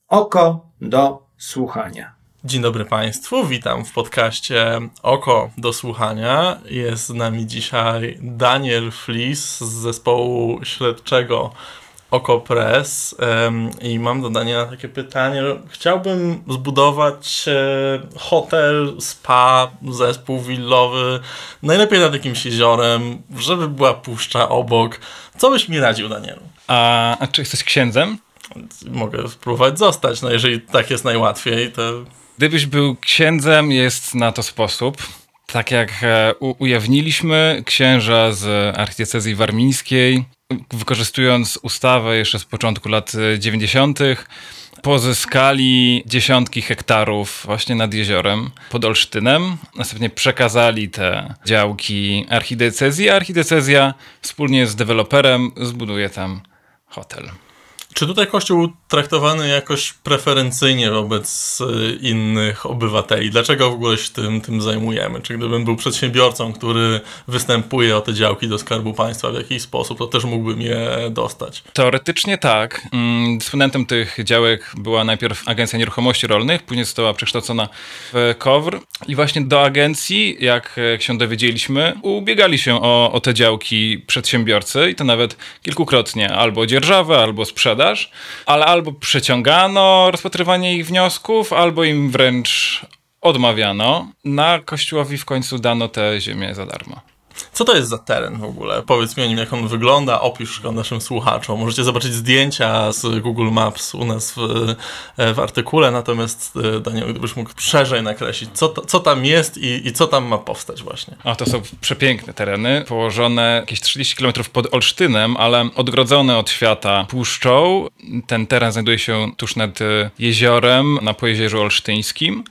Oko do słuchania. Dzień dobry Państwu, witam w podcaście Oko do słuchania. Jest z nami dzisiaj Daniel Flis z zespołu śledczego OKO.press i mam do Daniela takie pytanie. Chciałbym zbudować hotel, spa, zespół willowy, najlepiej nad jakimś jeziorem, żeby była puszcza obok. Co byś mi radził, Danielu? A czy jesteś księdzem? Mogę spróbować zostać, no jeżeli tak jest najłatwiej, to... Gdybyś był księdzem, jest na to sposób. Tak jak ujawniliśmy, księża z archidiecezji warmińskiej, wykorzystując ustawę jeszcze z początku lat 90., pozyskali dziesiątki hektarów właśnie nad jeziorem pod Olsztynem. Następnie przekazali te działki archidiecezji, a archidiecezja wspólnie z deweloperem zbuduje tam hotel. Czy tutaj Kościół traktowany jakoś preferencyjnie wobec innych obywateli? Dlaczego w ogóle się tym zajmujemy? Czy gdybym był przedsiębiorcą, który występuje o te działki do Skarbu Państwa w jakiś sposób, to też mógłbym je dostać? Teoretycznie tak. Dysponentem tych działek była najpierw Agencja Nieruchomości Rolnych, później została przekształcona w KOWR i właśnie do agencji, jak się dowiedzieliśmy, ubiegali się o te działki przedsiębiorcy i to nawet kilkukrotnie. Albo dzierżawę, albo sprzedaż, ale albo przeciągano rozpatrywanie ich wniosków, albo im wręcz odmawiano. Na Kościołowi w końcu dano tę ziemię za darmo. Co to jest za teren w ogóle? Powiedz mi o nim, jak on wygląda, opisz go naszym słuchaczom. Możecie zobaczyć zdjęcia z Google Maps u nas w artykule, natomiast Daniel, gdybyś mógł szerzej nakreślić, co tam jest i co tam ma powstać właśnie. To są przepiękne tereny, położone jakieś 30 km pod Olsztynem, ale odgrodzone od świata puszczą. Ten teren znajduje się tuż nad jeziorem na Pojezierzu Olsztyńskim.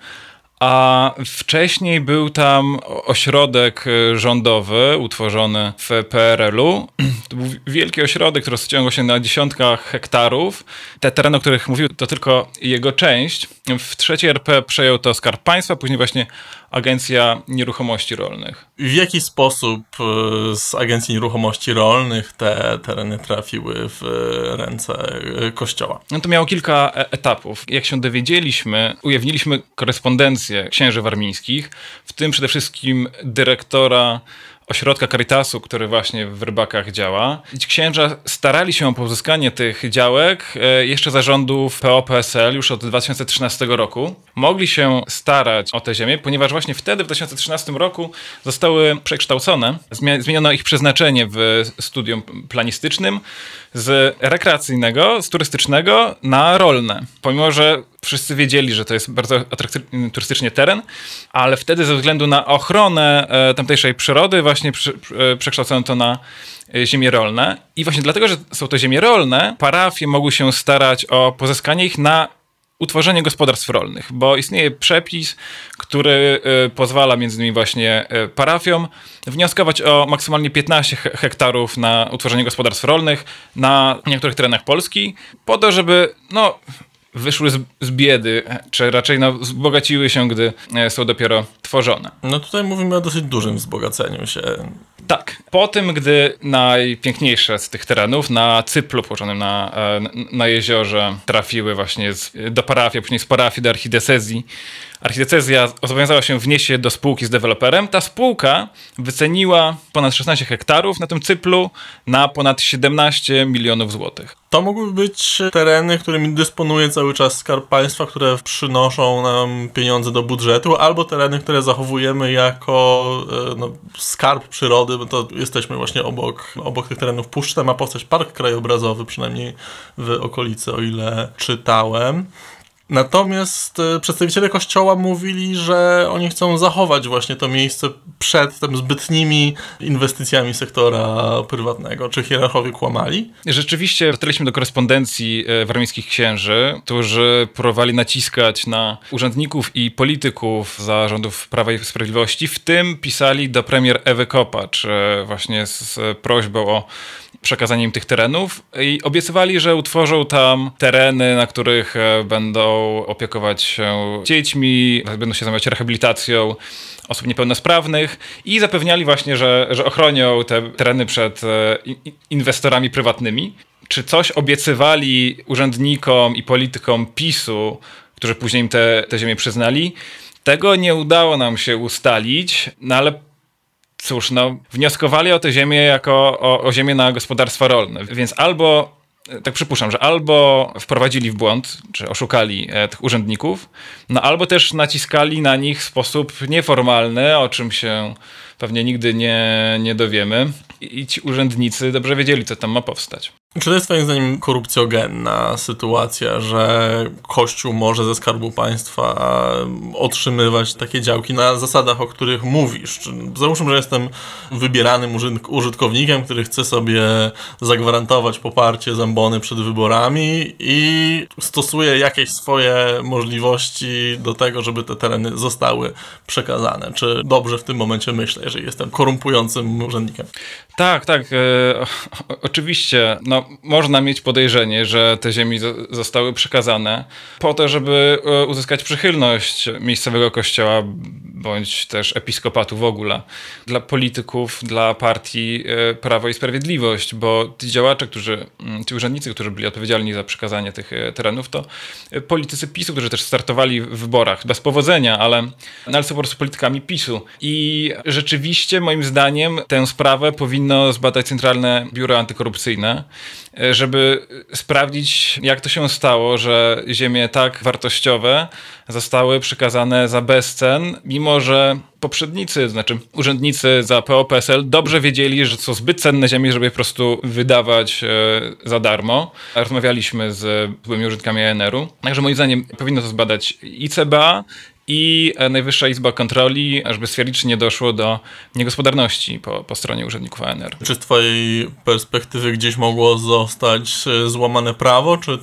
A wcześniej był tam ośrodek rządowy utworzony w PRL-u. To był wielki ośrodek, który rozciągał się na dziesiątkach hektarów. Te tereny, o których mówił, to tylko jego część. W III RP przejął to Skarb Państwa, później właśnie Agencja Nieruchomości Rolnych. W jaki sposób z Agencji Nieruchomości Rolnych te tereny trafiły w ręce Kościoła? To miało kilka etapów. Jak się dowiedzieliśmy, ujawniliśmy korespondencję księży warmińskich, w tym przede wszystkim dyrektora ośrodka Caritasu, który właśnie w Rybakach działa. Ci księża starali się o pozyskanie tych działek jeszcze za rządów PO-PSL już od 2013 roku. Mogli się starać o te ziemię, ponieważ właśnie wtedy w 2013 roku zostały przekształcone. Zmieniono ich przeznaczenie w studium planistycznym z rekreacyjnego, z turystycznego na rolne. Pomimo że wszyscy wiedzieli, że to jest bardzo atrakcyjny turystycznie teren, ale wtedy ze względu na ochronę tamtejszej przyrody właśnie przekształcono to na ziemie rolne. I właśnie dlatego, że są to ziemie rolne, parafie mogły się starać o pozyskanie ich na utworzenie gospodarstw rolnych, bo istnieje przepis, który pozwala między innymi właśnie parafiom wnioskować o maksymalnie 15 hektarów na utworzenie gospodarstw rolnych na niektórych terenach Polski, po to, żeby wyszły z biedy, czy raczej wzbogaciły się, gdy są dopiero tworzone. Tutaj mówimy o dosyć dużym wzbogaceniu się. Tak. Po tym, gdy najpiękniejsze z tych terenów na cyplu położonym na jeziorze trafiły właśnie do parafii, a później z parafii do archidiecezji, archidiecezja zobowiązała się wnieść je do spółki z deweloperem. Ta spółka wyceniła ponad 16 hektarów na tym cyplu na ponad 17 milionów złotych. To mogły być tereny, którymi dysponuje cały czas Skarb Państwa, które przynoszą nam pieniądze do budżetu, albo tereny, które zachowujemy jako skarb przyrody, bo to jesteśmy właśnie obok tych terenów puszczy. Tam ma powstać park krajobrazowy, przynajmniej w okolicy, o ile czytałem. Natomiast przedstawiciele Kościoła mówili, że oni chcą zachować właśnie to miejsce przed tym zbytnimi inwestycjami sektora prywatnego. Czy hierarchowie kłamali? Rzeczywiście dotarliśmy do korespondencji warmińskich księży, którzy próbowali naciskać na urzędników i polityków zarządów Prawa i Sprawiedliwości. W tym pisali do premier Ewy Kopacz właśnie z prośbą o przekazaniem tych terenów i obiecywali, że utworzą tam tereny, na których będą opiekować się dziećmi, będą się zajmować rehabilitacją osób niepełnosprawnych i zapewniali właśnie, że ochronią te tereny przed inwestorami prywatnymi. Czy coś obiecywali urzędnikom i politykom PiS-u, którzy później im te ziemię przyznali? Tego nie udało nam się ustalić, no ale cóż, wnioskowali o tę ziemię jako o ziemię na gospodarstwa rolne, więc albo, tak przypuszczam, że albo wprowadzili w błąd, czy oszukali tych urzędników, albo też naciskali na nich w sposób nieformalny, o czym się pewnie nigdy nie dowiemy. I ci urzędnicy dobrze wiedzieli, co tam ma powstać. Czy to jest twoim zdaniem korupcjogenna sytuacja, że Kościół może ze Skarbu Państwa otrzymywać takie działki na zasadach, o których mówisz? Załóżmy, że jestem wybieranym użytkownikiem, który chce sobie zagwarantować poparcie Zambony przed wyborami i stosuje jakieś swoje możliwości do tego, żeby te tereny zostały przekazane. Czy dobrze w tym momencie myślę, jeżeli jestem korumpującym urzędnikiem? Tak, oczywiście. Można mieć podejrzenie, że te ziemi zostały przekazane po to, żeby uzyskać przychylność miejscowego kościoła bądź też episkopatu w ogóle dla polityków, dla partii Prawo i Sprawiedliwość, bo ci działacze, ci urzędnicy, którzy byli odpowiedzialni za przekazanie tych terenów, to politycy PiS-u, którzy też startowali w wyborach bez powodzenia, ale są po prostu politykami PiS-u. I rzeczywiście moim zdaniem tę sprawę powinno zbadać Centralne Biuro Antykorupcyjne, żeby sprawdzić, jak to się stało, że ziemie tak wartościowe zostały przekazane za bezcen, mimo że poprzednicy, znaczy urzędnicy za PO-PSL dobrze wiedzieli, że to są zbyt cenne ziemie, żeby je po prostu wydawać za darmo. Rozmawialiśmy z byłymi urzędnikami ANR-u. Także moim zdaniem powinno to zbadać i CBA, i Najwyższa Izba Kontroli, żeby stwierdzić, czy nie doszło do niegospodarności po stronie urzędników ANR. Czy z twojej perspektywy gdzieś mogło zostać złamane prawo, czy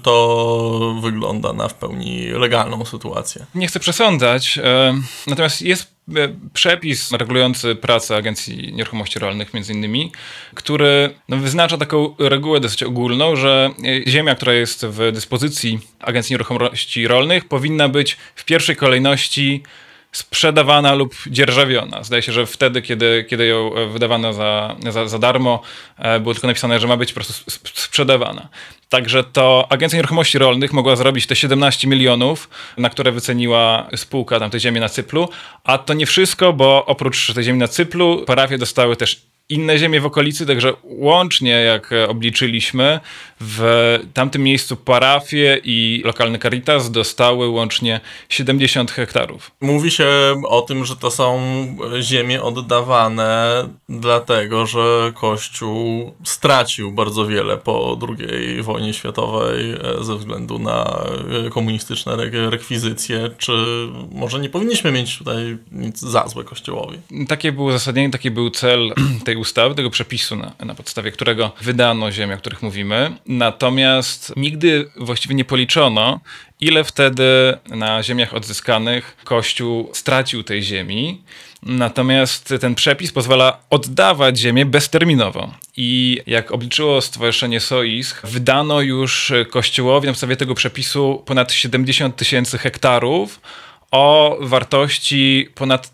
to wygląda na w pełni legalną sytuację? Nie chcę przesądzać, natomiast jest przepis regulujący pracę Agencji Nieruchomości Rolnych między innymi, który wyznacza taką regułę dosyć ogólną, że ziemia, która jest w dyspozycji Agencji Nieruchomości Rolnych, powinna być w pierwszej kolejności sprzedawana lub dzierżawiona. Zdaje się, że wtedy, kiedy ją wydawano za darmo, było tylko napisane, że ma być po prostu sprzedawana. Także to Agencja Nieruchomości Rolnych mogła zrobić te 17 milionów, na które wyceniła spółka tamtej ziemi na Cyplu, a to nie wszystko, bo oprócz tej ziemi na Cyplu parafie dostały też inne ziemie w okolicy, także łącznie, jak obliczyliśmy, w tamtym miejscu parafie i lokalny Caritas dostały łącznie 70 hektarów. Mówi się o tym, że to są ziemie oddawane dlatego, że Kościół stracił bardzo wiele po II wojnie światowej ze względu na komunistyczne rekwizycje. Czy może nie powinniśmy mieć tutaj nic za złe Kościołowi? Takie było uzasadnienie, taki był cel tej ustawy, tego przepisu, na podstawie którego wydano ziemię, o których mówimy. Natomiast nigdy właściwie nie policzono, ile wtedy na ziemiach odzyskanych Kościół stracił tej ziemi. Natomiast ten przepis pozwala oddawać ziemię bezterminowo. I jak obliczyło Stowarzyszenie SOISK, wydano już Kościołowi na podstawie tego przepisu ponad 70 000 hektarów o wartości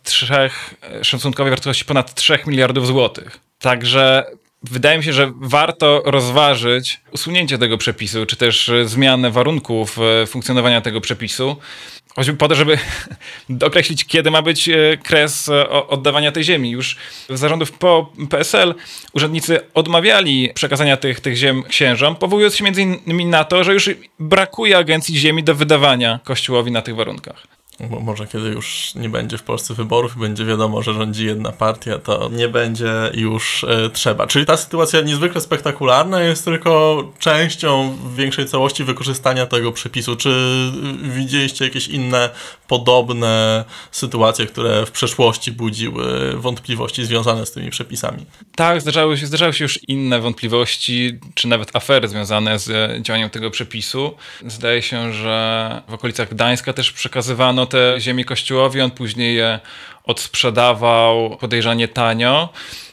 szacunkowej wartości ponad 3 miliardów złotych. Także wydaje mi się, że warto rozważyć usunięcie tego przepisu, czy też zmianę warunków funkcjonowania tego przepisu, choćby po to, żeby określić, kiedy ma być kres oddawania tej ziemi. Już z zarządów po PSL urzędnicy odmawiali przekazania tych ziem księżom, powołując się między innymi na to, że już brakuje agencji ziemi do wydawania Kościołowi na tych warunkach. Bo może kiedy już nie będzie w Polsce wyborów i będzie wiadomo, że rządzi jedna partia, to nie będzie już trzeba. Czyli ta sytuacja niezwykle spektakularna jest tylko częścią większej całości wykorzystania tego przepisu. Czy widzieliście jakieś inne podobne sytuacje, które w przeszłości budziły wątpliwości związane z tymi przepisami? Tak, zdarzały się już inne wątpliwości, czy nawet afery związane z działaniem tego przepisu. Zdaje się, że w okolicach Gdańska też przekazywano te ziemię Kościołowi, on później je odsprzedawał podejrzanie tanio.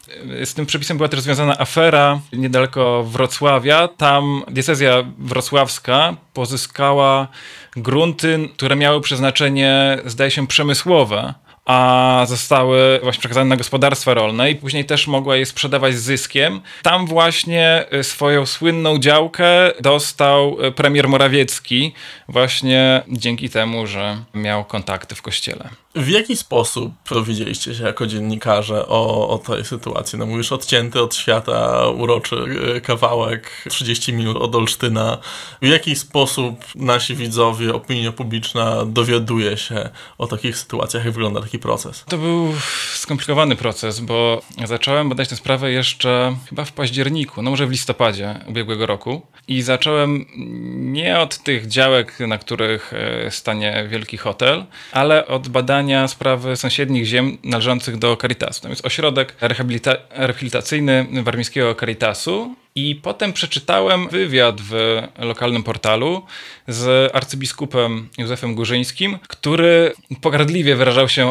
Z tym przepisem była też związana afera niedaleko Wrocławia. Tam diecezja wrocławska pozyskała grunty, które miały przeznaczenie, zdaje się, przemysłowe, a zostały właśnie przekazane na gospodarstwa rolne i później też mogła je sprzedawać z zyskiem. Tam właśnie swoją słynną działkę dostał premier Morawiecki właśnie dzięki temu, że miał kontakty w kościele. W jaki sposób dowiedzieliście się jako dziennikarze o tej sytuacji? No mówisz, odcięty od świata, uroczy kawałek, 30 minut od Olsztyna. W jaki sposób nasi widzowie, opinia publiczna dowiaduje się o takich sytuacjach? Jak wygląda taki proces? To był skomplikowany proces, bo zacząłem badać tę sprawę jeszcze chyba w październiku, no może w listopadzie ubiegłego roku. I zacząłem nie od tych działek, na których stanie Wielki Hotel, ale od badania sprawy sąsiednich ziem należących do Caritasu. Tam jest ośrodek rehabilitacyjny warmińskiego Caritasu i potem przeczytałem wywiad w lokalnym portalu z arcybiskupem Józefem Górzyńskim, który pogardliwie wyrażał się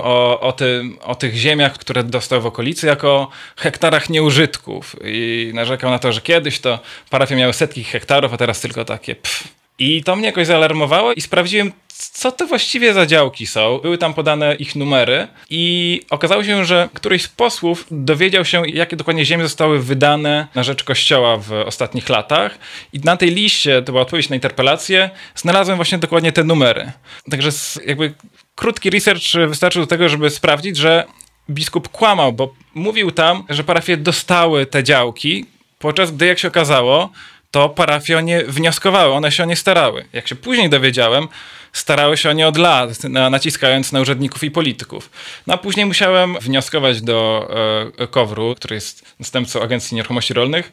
o tych ziemiach, które dostał w okolicy, jako hektarach nieużytków i narzekał na to, że kiedyś to parafie miały setki hektarów, a teraz tylko takie I to mnie jakoś zaalarmowało i sprawdziłem, co to właściwie za działki są. Były tam podane ich numery i okazało się, że któryś z posłów dowiedział się, jakie dokładnie ziemie zostały wydane na rzecz Kościoła w ostatnich latach i na tej liście, to była odpowiedź na interpelację, znalazłem właśnie dokładnie te numery. Także jakby krótki research wystarczył do tego, żeby sprawdzić, że biskup kłamał, bo mówił tam, że parafie dostały te działki, podczas gdy, jak się okazało, to parafie o nie wnioskowały, one się o nie starały. Jak się później dowiedziałem, starały się o nie od lat, naciskając na urzędników i polityków. No a później musiałem wnioskować do KOWR-u, który jest następcą Agencji Nieruchomości Rolnych,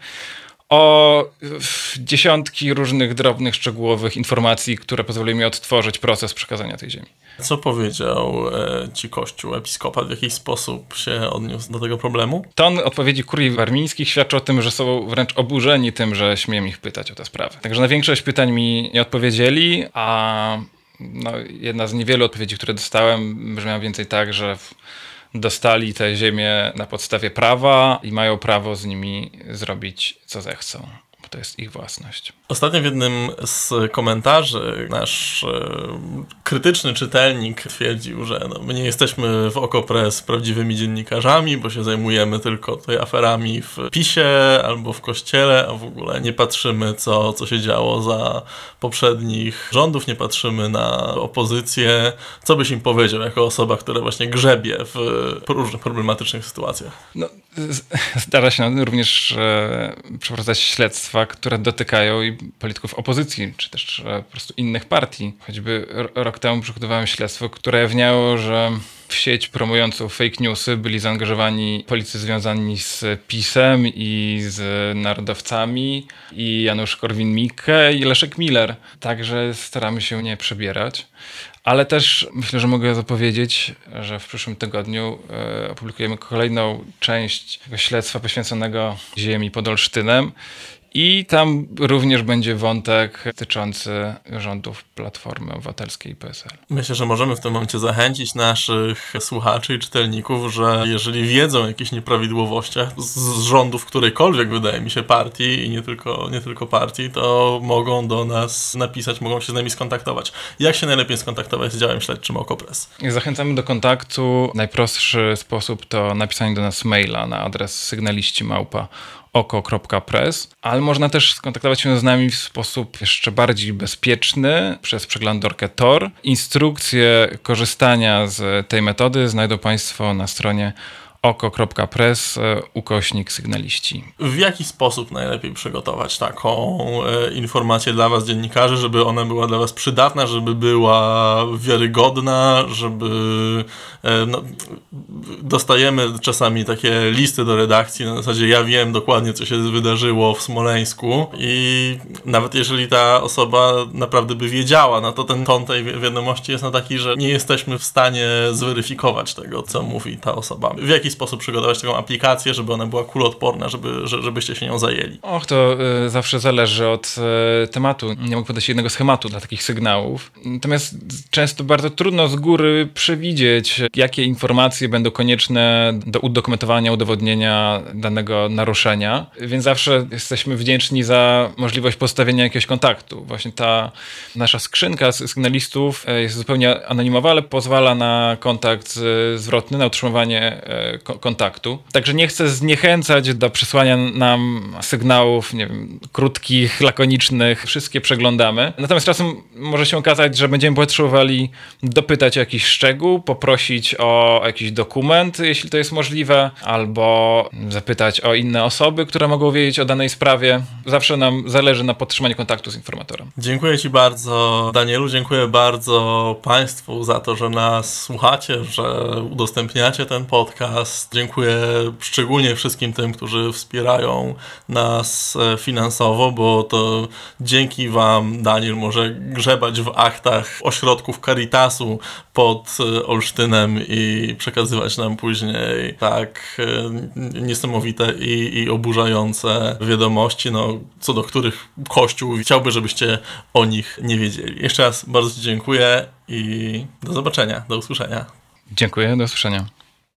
o dziesiątki różnych drobnych, szczegółowych informacji, które pozwoliły mi odtworzyć proces przekazania tej ziemi. Co powiedział ci Kościół, episkopat, w jakiś sposób się odniósł do tego problemu? Ton odpowiedzi kurii warmińskich świadczy o tym, że są wręcz oburzeni tym, że śmiem ich pytać o tę sprawę. Także na większość pytań mi nie odpowiedzieli, a jedna z niewielu odpowiedzi, które dostałem, brzmiała więcej tak, że dostali te ziemię na podstawie prawa i mają prawo z nimi zrobić, co zechcą. To jest ich własność. Ostatnio w jednym z komentarzy nasz krytyczny czytelnik twierdził, że my nie jesteśmy w OKO.press prawdziwymi dziennikarzami, bo się zajmujemy tylko tutaj aferami w PiS-ie albo w Kościele, a w ogóle nie patrzymy, co się działo za poprzednich rządów, nie patrzymy na opozycję. Co byś im powiedział jako osoba, która właśnie grzebie w różnych problematycznych sytuacjach? Zdarza się również przeprowadzać śledztwa, które dotykają i polityków opozycji, czy też po prostu innych partii. Choćby rok temu przygotowałem śledztwo, które ujawniało, że w sieć promującą fake newsy byli zaangażowani politycy związani z PiS-em i z narodowcami, i Janusz Korwin-Mikke, i Leszek Miller. Także staramy się nie przebierać. Ale też myślę, że mogę zapowiedzieć, że w przyszłym tygodniu opublikujemy kolejną część tego śledztwa poświęconego ziemi pod Olsztynem. I tam również będzie wątek dotyczący rządów Platformy Obywatelskiej i PSL. Myślę, że możemy w tym momencie zachęcić naszych słuchaczy i czytelników, że jeżeli wiedzą o jakichś nieprawidłowościach z rządów którejkolwiek, wydaje mi się, partii i nie tylko partii, to mogą do nas napisać, mogą się z nami skontaktować. Jak się najlepiej skontaktować z działem śledczym OKO.press? Zachęcamy do kontaktu. Najprostszy sposób to napisanie do nas maila na adres sygnaliści@oko.press, ale można też skontaktować się z nami w sposób jeszcze bardziej bezpieczny przez przeglądarkę Tor. Instrukcje korzystania z tej metody znajdą Państwo na stronie oko.press/sygnaliści. W jaki sposób najlepiej przygotować taką informację dla Was, dziennikarzy, żeby ona była dla Was przydatna, żeby była wiarygodna, żeby... dostajemy czasami takie listy do redakcji, na zasadzie ja wiem dokładnie, co się wydarzyło w Smoleńsku i nawet jeżeli ta osoba naprawdę by wiedziała, no to ten ton tej wiadomości jest taki, że nie jesteśmy w stanie zweryfikować tego, co mówi ta osoba. W jaki sposób przygotować taką aplikację, żeby ona była kuloodporna, żebyście się nią zajęli? To zawsze zależy od tematu. Nie mogę podać jednego schematu dla takich sygnałów. Natomiast często bardzo trudno z góry przewidzieć, jakie informacje będą konieczne do udokumentowania, udowodnienia danego naruszenia. Więc zawsze jesteśmy wdzięczni za możliwość postawienia jakiegoś kontaktu. Właśnie ta nasza skrzynka sygnalistów jest zupełnie anonimowa, ale pozwala na kontakt zwrotny, na utrzymywanie kontaktu. Także nie chcę zniechęcać do przesłania nam sygnałów, nie wiem, krótkich, lakonicznych. Wszystkie przeglądamy. Natomiast czasem może się okazać, że będziemy potrzebowali dopytać o jakiś szczegół, poprosić o jakiś dokument, jeśli to jest możliwe, albo zapytać o inne osoby, które mogą wiedzieć o danej sprawie. Zawsze nam zależy na podtrzymaniu kontaktu z informatorem. Dziękuję Ci bardzo, Danielu. Dziękuję bardzo Państwu za to, że nas słuchacie, że udostępniacie ten podcast. Dziękuję szczególnie wszystkim tym, którzy wspierają nas finansowo, bo to dzięki Wam Daniel może grzebać w aktach ośrodków Caritasu pod Olsztynem i przekazywać nam później tak niesamowite i oburzające wiadomości, co do których Kościół chciałby, żebyście o nich nie wiedzieli. Jeszcze raz bardzo Ci dziękuję i do zobaczenia, do usłyszenia. Dziękuję, do usłyszenia.